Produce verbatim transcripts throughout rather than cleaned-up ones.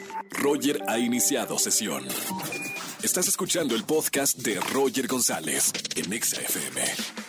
Roger ha iniciado sesión. Estás escuchando el podcast de Roger González en Exa F M.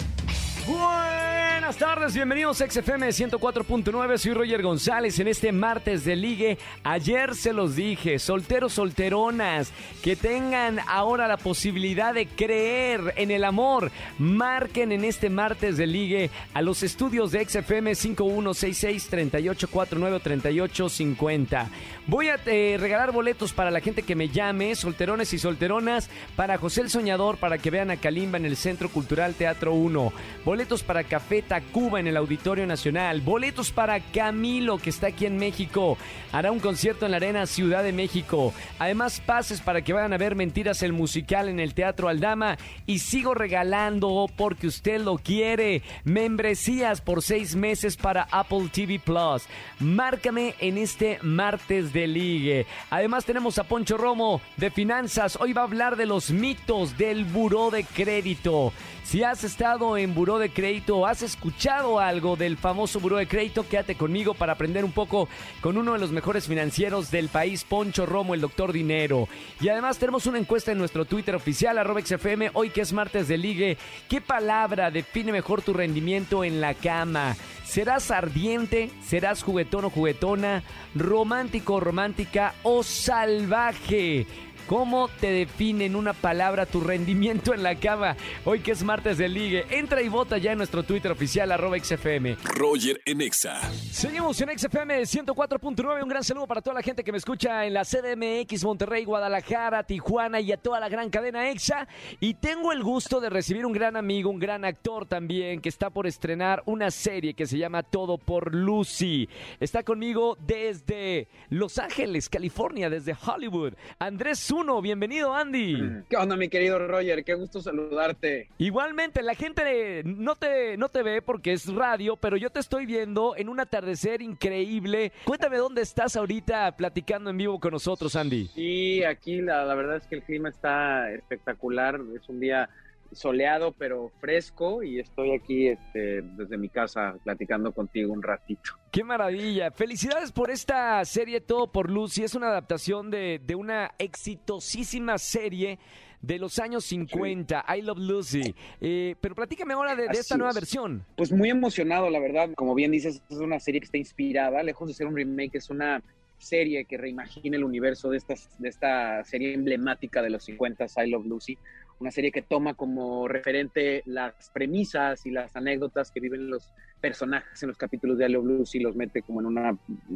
Buenas tardes, bienvenidos a X F M ciento cuatro punto nueve, soy Roger González en este martes de ligue. Ayer se los dije, solteros, solteronas, que tengan ahora la posibilidad de creer en el amor, marquen en este martes de ligue a los estudios de X F M cinco uno seis seis, tres ocho cuatro nueve, tres ocho cinco cero. Voy a eh, regalar boletos para la gente que me llame, solterones y solteronas, para José el Soñador, para que vean a Kalimba en el Centro Cultural Teatro uno. Boletos para Café Tacuba en el Auditorio Nacional. Boletos para Camilo, que está aquí en México. Hará un concierto en la Arena Ciudad de México. Además, pases para que vayan a ver Mentiras el musical en el Teatro Aldama. Y sigo regalando, porque usted lo quiere, membresías por seis meses para Apple T V Plus. Márcame en este martes de ligue. Además, tenemos a Poncho Romo de Finanzas. Hoy va a hablar de los mitos del buró de crédito. Si has estado en buró de crédito o has escuchado algo del famoso buró de crédito, quédate conmigo para aprender un poco con uno de los mejores financieros del país, Poncho Romo, el doctor Dinero. Y además tenemos una encuesta en nuestro Twitter oficial, arroba X F M, hoy que es martes de ligue. ¿Qué palabra define mejor tu rendimiento en la cama? ¿Serás ardiente? ¿Serás juguetón o juguetona? ¿Romántico o romántica? ¿O salvaje? ¿Cómo te define en una palabra tu rendimiento en la cama? Hoy que es martes de ligue, entra y vota ya en nuestro Twitter oficial, arroba X F M. Roger en Exa. Seguimos en X F M ciento cuatro punto nueve. Un gran saludo para toda la gente que me escucha en la C D M X, Monterrey, Guadalajara, Tijuana y a toda la gran cadena Exa. Y tengo el gusto de recibir un gran amigo, un gran actor también, que está por estrenar una serie que se llama Todo por Lucy. Está conmigo desde Los Ángeles, California, desde Hollywood, Andrés Zúñiga. Bienvenido, Andy. ¿Qué onda, mi querido Roger? Qué gusto saludarte. Igualmente, la gente no te, no te ve porque es radio, pero yo te estoy viendo en un atardecer increíble. Cuéntame dónde estás ahorita platicando en vivo con nosotros, Andy. Sí, aquí la, la verdad es que el clima está espectacular. Es un día soleado, pero fresco, y estoy aquí este, desde mi casa platicando contigo un ratito. ¡Qué maravilla! Felicidades por esta serie Todo por Lucy. Es una adaptación de, de una exitosísima serie de los años cincuenta, sí. I Love Lucy. Eh, pero platícame ahora de, de esta nueva versión. Pues muy emocionado, la verdad. Como bien dices, es una serie que está inspirada, lejos de ser un remake, es una serie que reimagina el universo de, estas, de esta serie emblemática de los cincuenta, I Love Lucy. Una serie que toma como referente las premisas y las anécdotas que viven los personajes en los capítulos de I Love Lucy, los mete como en una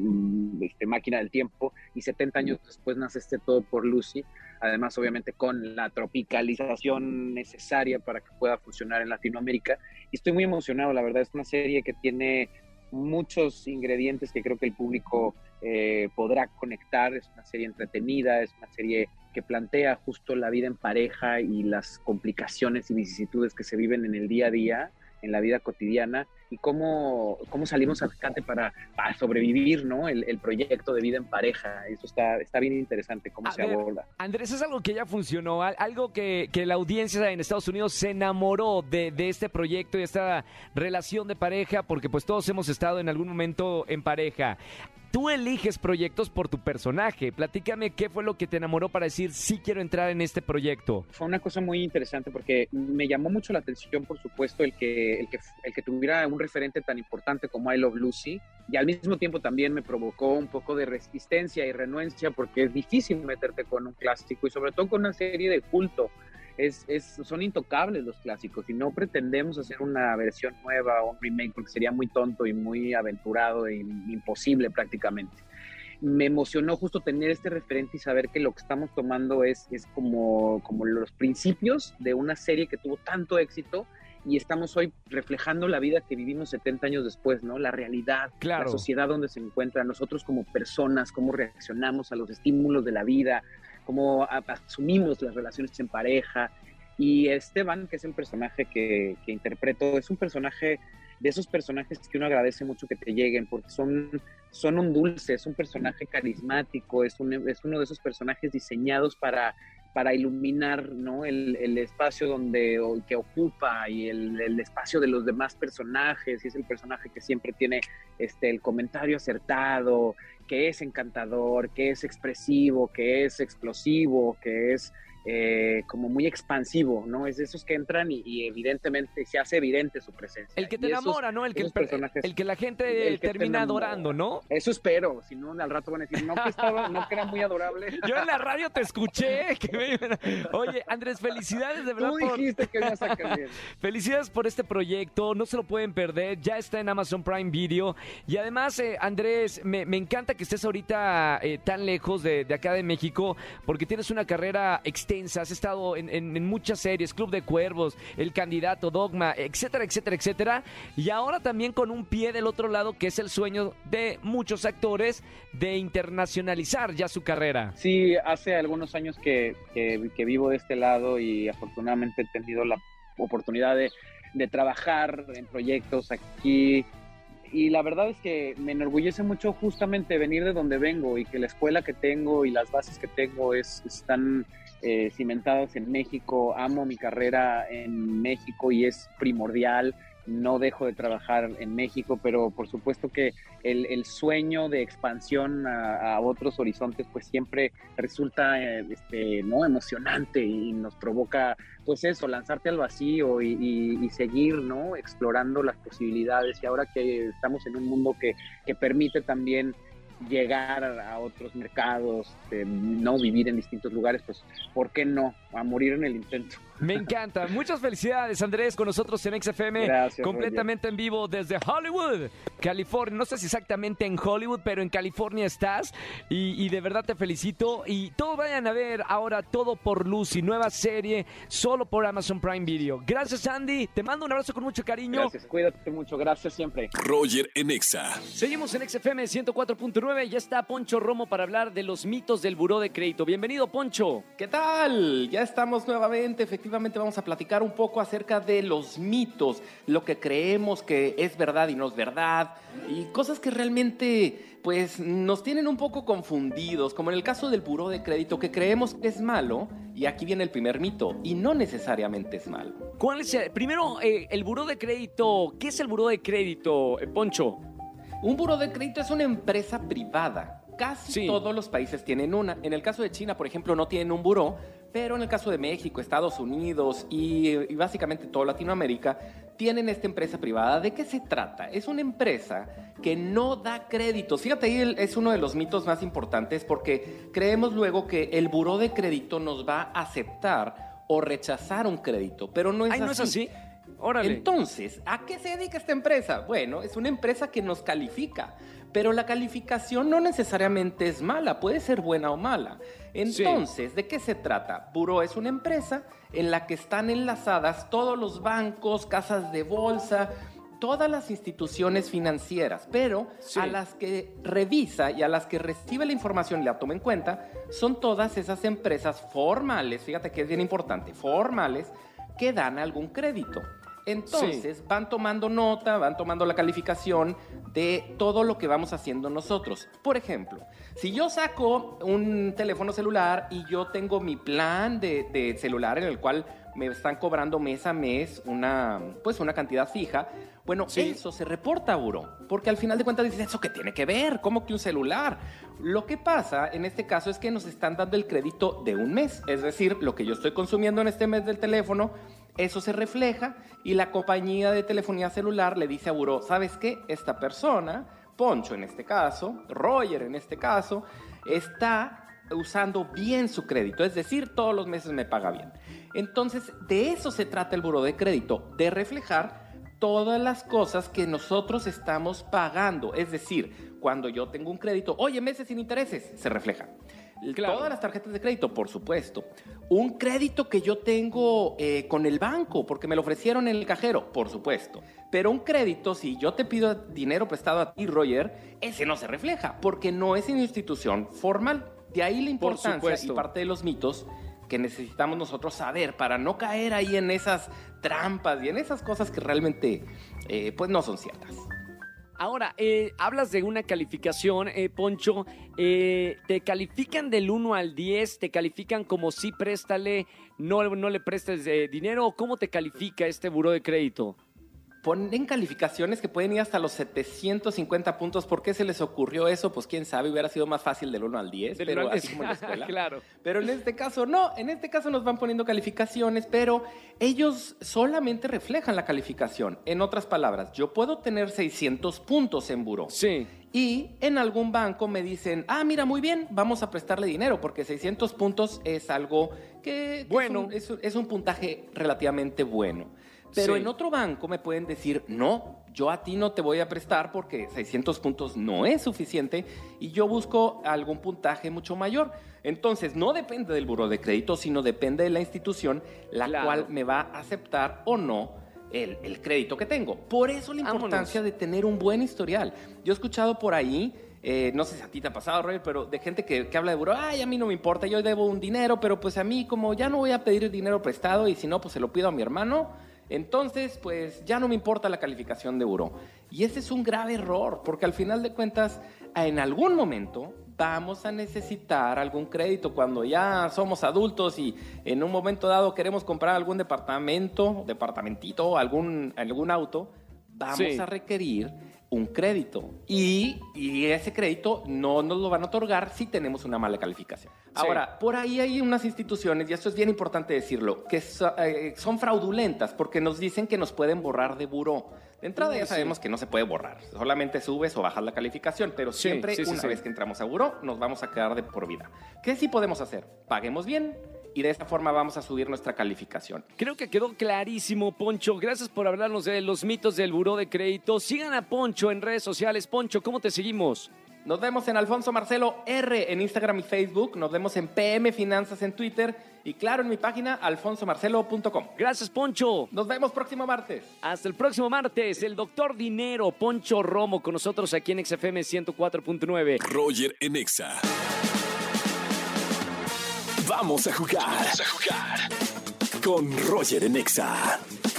este, máquina del tiempo, y setenta años después nace este Todo por Lucy, además obviamente con la tropicalización necesaria para que pueda funcionar en Latinoamérica. Y estoy muy emocionado, la verdad. Es una serie que tiene muchos ingredientes que creo que el público eh, podrá conectar. Es una serie entretenida, es una serie que plantea justo la vida en pareja y las complicaciones y vicisitudes que se viven en el día a día, en la vida cotidiana, y cómo, cómo salimos adelante para, para sobrevivir, ¿no? El, el proyecto de vida en pareja. Eso está, está bien interesante, cómo a se ver, aborda. Andrés, es algo que ya funcionó, algo que, que la audiencia en Estados Unidos se enamoró de, de este proyecto y esta relación de pareja, porque pues todos hemos estado en algún momento en pareja. Tú eliges proyectos por tu personaje. Platícame qué fue lo que te enamoró para decir, sí quiero entrar en este proyecto. Fue una cosa muy interesante porque me llamó mucho la atención, por supuesto, el que, el que, el que tuviera un referente tan importante como I Love Lucy, y al mismo tiempo también me provocó un poco de resistencia y renuencia, porque es difícil meterte con un clásico y sobre todo con una serie de culto. Es, es, son intocables los clásicos y no pretendemos hacer una versión nueva o un remake, porque sería muy tonto y muy aventurado e imposible prácticamente. Me emocionó justo tener este referente y saber que lo que estamos tomando es, es como, como los principios de una serie que tuvo tanto éxito, y estamos hoy reflejando la vida que vivimos setenta años después, ¿no? La realidad, claro. La sociedad donde se encuentra, nosotros como personas, cómo reaccionamos a los estímulos de la vida, cómo asumimos las relaciones en pareja. Y Esteban, que es el personaje que, que interpreto, es un personaje de esos personajes que uno agradece mucho que te lleguen, porque son, son un dulce, es un personaje carismático, es, un, es uno de esos personajes diseñados para, para iluminar, ¿no? el, el espacio donde, que ocupa y el, el espacio de los demás personajes, y es el personaje que siempre tiene este, el comentario acertado que es encantador, que es expresivo, que es explosivo, que es eh, como muy expansivo, ¿no? Es de esos que entran y, y evidentemente se hace evidente su presencia. El que te Y esos, enamora, ¿no? El que, personajes, el que la gente el que termina adorando, ¿no? Eso espero, si no al rato van a decir, no que estaba, no que era muy adorable. Yo en la radio te escuché. Que me... Oye, Andrés, felicidades de verdad. Tú dijiste por... que ibas a cambiar. Felicidades por este proyecto, no se lo pueden perder, ya está en Amazon Prime Video. Y además, eh, Andrés, me, me encanta que estés ahorita eh, tan lejos de, de acá de México, porque tienes una carrera extensa, has estado en, en, en muchas series, Club de Cuervos, El Candidato, Dogma, etcétera, etcétera, etcétera. Y ahora también con un pie del otro lado, que es el sueño de muchos actores de internacionalizar ya su carrera. Sí, hace algunos años que, que, que vivo de este lado y afortunadamente he tenido la oportunidad de, de trabajar en proyectos aquí. Y la verdad es que me enorgullece mucho justamente venir de donde vengo y que la escuela que tengo y las bases que tengo es, están eh, cimentadas en México. Amo mi carrera en México y es primordial. No dejo de trabajar en México, pero por supuesto que el, el sueño de expansión a, a otros horizontes pues siempre resulta eh, este, ¿no? emocionante y nos provoca pues eso, lanzarte al vacío y, y, y seguir ¿no? explorando las posibilidades. Y ahora que estamos en un mundo que, que permite también llegar a otros mercados, eh, no vivir en distintos lugares, pues ¿por qué no? A morir en el intento. Me encanta. Muchas felicidades, Andrés, con nosotros en X F M. Gracias, completamente Roger. En vivo desde Hollywood, California. No sé si exactamente en Hollywood, pero en California estás. Y, y de verdad te felicito. Y todos vayan a ver ahora Todo por Lucy, nueva serie, solo por Amazon Prime Video. Gracias, Andy. Te mando un abrazo con mucho cariño. Gracias, cuídate mucho. Gracias siempre. Roger en Exa. Seguimos en X F M ciento cuatro punto nueve. Ya está Poncho Romo para hablar de los mitos del buró de crédito. Bienvenido, Poncho. ¿Qué tal? Ya estamos nuevamente. Efectivamente vamos a platicar un poco acerca de los mitos, lo que creemos que es verdad y no es verdad, y cosas que realmente pues nos tienen un poco confundidos, como en el caso del buró de crédito, que creemos que es malo, y aquí viene el primer mito, y no necesariamente es malo. ¿Cuál es el, primero, eh, el buró de crédito? ¿Qué es el buró de crédito, eh, Poncho? Un buró de crédito es una empresa privada. Casi sí. Todos los países tienen una. En el caso de China, por ejemplo, no tienen un buró, pero en el caso de México, Estados Unidos y, y básicamente toda Latinoamérica, tienen esta empresa privada. ¿De qué se trata? Es una empresa que no da créditos. Fíjate, ahí es uno de los mitos más importantes porque creemos luego que el buró de crédito nos va a aceptar o rechazar un crédito, pero no es Ay, así. ¿no es así? Órale. Entonces, ¿a qué se dedica esta empresa? Bueno, es una empresa que nos califica, pero la calificación no necesariamente es mala, puede ser buena o mala. Entonces, sí. ¿De qué se trata? Buró es una empresa en la que están enlazadas todos los bancos, casas de bolsa, todas las instituciones financieras, pero sí. a las que revisa y a las que recibe la información y la toma en cuenta, son todas esas empresas formales, fíjate que es bien importante, formales, que dan algún crédito. Entonces sí. van tomando nota, van tomando la calificación de todo lo que vamos haciendo nosotros. Por ejemplo, si yo saco un teléfono celular y yo tengo mi plan de, de celular en el cual me están cobrando mes a mes una, pues una cantidad fija, bueno, sí. eso se reporta a buró, porque al final de cuentas dices, ¿eso qué tiene que ver? ¿Cómo que un celular? Lo que pasa en este caso es que nos están dando el crédito de un mes, es decir, lo que yo estoy consumiendo en este mes del teléfono, eso se refleja y la compañía de telefonía celular le dice a buró, ¿sabes qué? Esta persona, Poncho en este caso, Roger en este caso, está usando bien su crédito, es decir, todos los meses me paga bien. Entonces, de eso se trata el buró de crédito, de reflejar todas las cosas que nosotros estamos pagando. Es decir, cuando yo tengo un crédito, oye, meses sin intereses, se refleja. Claro. Todas las tarjetas de crédito, por supuesto. Un crédito que yo tengo eh, con el banco, porque me lo ofrecieron en el cajero, por supuesto. Pero un crédito, si yo te pido dinero prestado a ti, Roger, ese no se refleja, porque no es una institución formal. De ahí la importancia y parte de los mitos que necesitamos nosotros saber para no caer ahí en esas trampas y en esas cosas que realmente eh, pues no son ciertas. Ahora, eh, hablas de una calificación, eh, Poncho. Eh, ¿Te califican del uno al diez? ¿Te califican como sí, préstale, no, no le prestes eh, dinero? ¿Cómo te califica este buró de crédito? ponen calificaciones que pueden ir hasta los setecientos cincuenta puntos. ¿Por qué se les ocurrió eso? Pues quién sabe, hubiera sido más fácil del uno al diez, Del pero uno al así diez. como en la escuela. Claro. Pero en este caso no, en este caso nos van poniendo calificaciones, pero ellos solamente reflejan la calificación. En otras palabras, yo puedo tener seiscientos puntos en buró. Sí. Y en algún banco me dicen, ah, mira, muy bien, vamos a prestarle dinero, porque seiscientos puntos es algo que, que bueno. es, un, es, es un puntaje relativamente bueno. Pero Sí. en otro banco me pueden decir, no, yo a ti no te voy a prestar porque seiscientos puntos no es suficiente y yo busco algún puntaje mucho mayor. Entonces, no depende del buró de crédito, sino depende de la institución, la Claro. cual me va a aceptar o no el, el crédito que tengo. Por eso la importancia Vámonos. de tener un buen historial. Yo he escuchado por ahí, eh, no sé si a ti te ha pasado, Roger, pero de gente que, que habla de buró, ay, a mí no me importa, yo debo un dinero, pero pues a mí como ya no voy a pedir dinero prestado y si no, pues se lo pido a mi hermano. Entonces, pues ya no me importa la calificación de buró. Y ese es un grave error, porque al final de cuentas, en algún momento vamos a necesitar algún crédito. Cuando ya somos adultos y en un momento dado queremos comprar algún departamento, departamentito, algún, algún auto, vamos Sí. a requerir un crédito. Y, y ese crédito no nos lo van a otorgar si tenemos una mala calificación. Ahora, por ahí hay unas instituciones, y esto es bien importante decirlo, que so- eh, son fraudulentas porque nos dicen que nos pueden borrar de buró. De entrada ya Sí. sabemos que no se puede borrar, solamente subes o bajas la calificación, pero Sí, siempre sí, sí, una sí. vez que entramos a buró nos vamos a quedar de por vida. ¿Qué sí podemos hacer? Paguemos bien y de esta forma vamos a subir nuestra calificación. Creo que quedó clarísimo, Poncho. Gracias por hablarnos de los mitos del buró de crédito. Sigan a Poncho en redes sociales. Poncho, ¿cómo te seguimos? Nos vemos en Alfonso Marcelo R en Instagram y Facebook. Nos vemos en P M Finanzas en Twitter. Y claro, en mi página alfonso marcelo punto com. Gracias, Poncho. Nos vemos próximo martes. Hasta el próximo martes. El doctor Dinero, Poncho Romo, con nosotros aquí en X F M ciento cuatro punto nueve. Roger en Exa. Vamos a jugar. Vamos a jugar. Con Roger en Exa.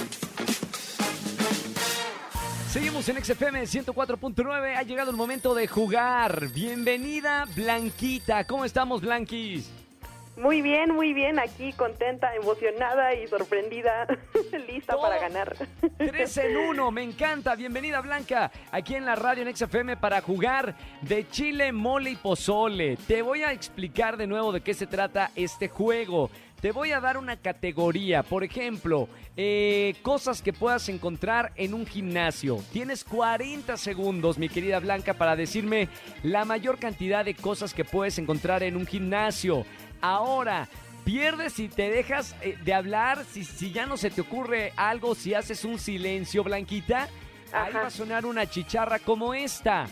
Seguimos en X F M ciento cuatro punto nueve. Ha llegado el momento de jugar. Bienvenida, Blanquita. ¿Cómo estamos, Blanquis? Muy bien, muy bien, aquí contenta, emocionada y sorprendida, lista Todo. para ganar. tres en uno, me encanta. Bienvenida, Blanca, aquí en la radio en X F M para jugar de chile, mole y pozole. Te voy a explicar de nuevo de qué se trata este juego. Te voy a dar una categoría, por ejemplo, eh, cosas que puedas encontrar en un gimnasio. Tienes cuarenta segundos, mi querida Blanca, para decirme la mayor cantidad de cosas que puedes encontrar en un gimnasio. Ahora, pierdes si te dejas eh, de hablar, si, si ya no se te ocurre algo, si haces un silencio, Blanquita. Ahí Ajá. va a sonar una chicharra como esta.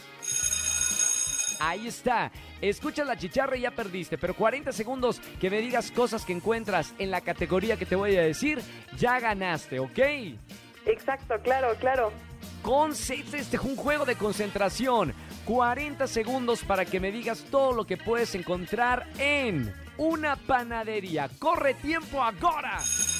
Ahí está. Escuchas la chicharra y ya perdiste, pero cuarenta segundos que me digas cosas que encuentras en la categoría que te voy a decir, ya ganaste, ¿ok? Exacto, claro, claro. Con este es un juego de concentración. cuarenta segundos para que me digas todo lo que puedes encontrar en una panadería. ¡Corre tiempo ahora!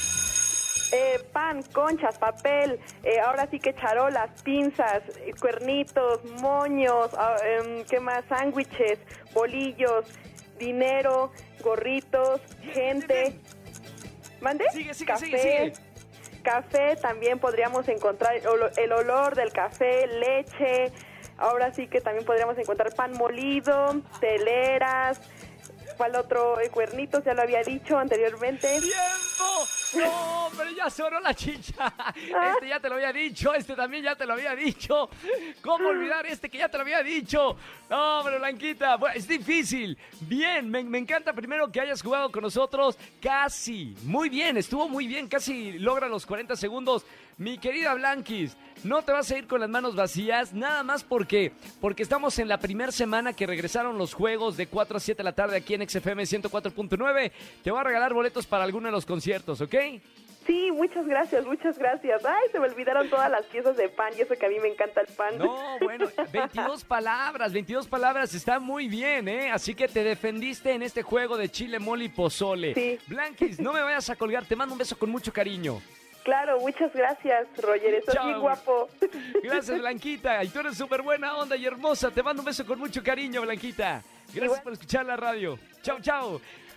Eh, pan, conchas, papel, eh, ahora sí que charolas, pinzas, eh, cuernitos, moños, ah, em, ¿qué más? Sándwiches, bolillos, dinero, gorritos, gente. ¿Mande? Sigue, sigue, Café. sigue, sigue. Café, también podríamos encontrar el olo- el olor del café, leche. Ahora sí que también podríamos encontrar pan molido, teleras. ¿Cuál otro? Eh, cuernitos, ya lo había dicho anteriormente. ¡Tiempo! ¡No, pero ya sonó la chicha! Este ya te lo había dicho, este también ya te lo había dicho. ¿Cómo olvidar este que ya te lo había dicho? No, pero Blanquita, bueno, es difícil. Bien, me, me encanta primero que hayas jugado con nosotros. Casi, muy bien, estuvo muy bien, casi logra los cuarenta segundos. Mi querida Blanquis, no te vas a ir con las manos vacías, nada más porque, porque estamos en la primera semana que regresaron los juegos de cuatro a siete de la tarde aquí en X F M ciento cuatro punto nueve. Te voy a regalar boletos para alguno de los conciertos, ¿ok? Sí, muchas gracias, muchas gracias. Ay, se me olvidaron todas las piezas de pan y eso que a mí me encanta el pan. No, bueno, veintidós palabras, veintidós palabras, está muy bien, ¿eh? Así que te defendiste en este juego de chile, mole y pozole. Sí. Blanquis, no me vayas a colgar, te mando un beso con mucho cariño. Claro, muchas gracias, Roger. Estás Chao. muy guapo. Gracias, Blanquita. Y tú eres súper buena onda y hermosa. Te mando un beso con mucho cariño, Blanquita. Gracias Igual. por escuchar la radio. Chao, chao.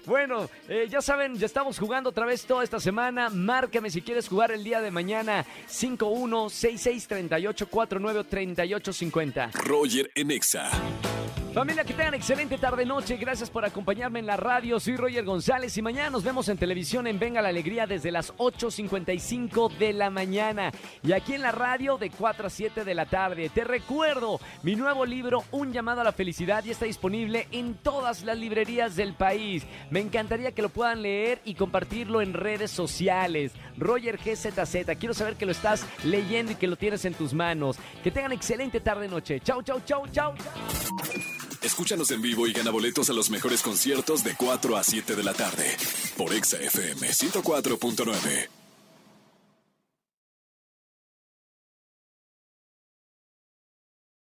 Bueno, eh, ya saben, ya estamos jugando otra vez toda esta semana. Márcame si quieres jugar el día de mañana. cinco uno seis seis tres ocho cuatro nueve tres ocho cinco cero. Roger en Exa. Familia, que tengan excelente tarde-noche. Gracias por acompañarme en la radio. Soy Roger González y mañana nos vemos en televisión en Venga la Alegría desde las ocho cincuenta y cinco de la mañana. Y aquí en la radio de cuatro a siete de la tarde. Te recuerdo, mi nuevo libro, Un llamado a la felicidad, ya está disponible en todas las librerías del país. Me encantaría que lo puedan leer y compartirlo en redes sociales. Roger G Z Z, quiero saber que lo estás leyendo y que lo tienes en tus manos. Que tengan excelente tarde-noche. Chau, chau, chau, chau. Escúchanos en vivo y gana boletos a los mejores conciertos de cuatro a siete de la tarde por Exa F M ciento cuatro punto nueve.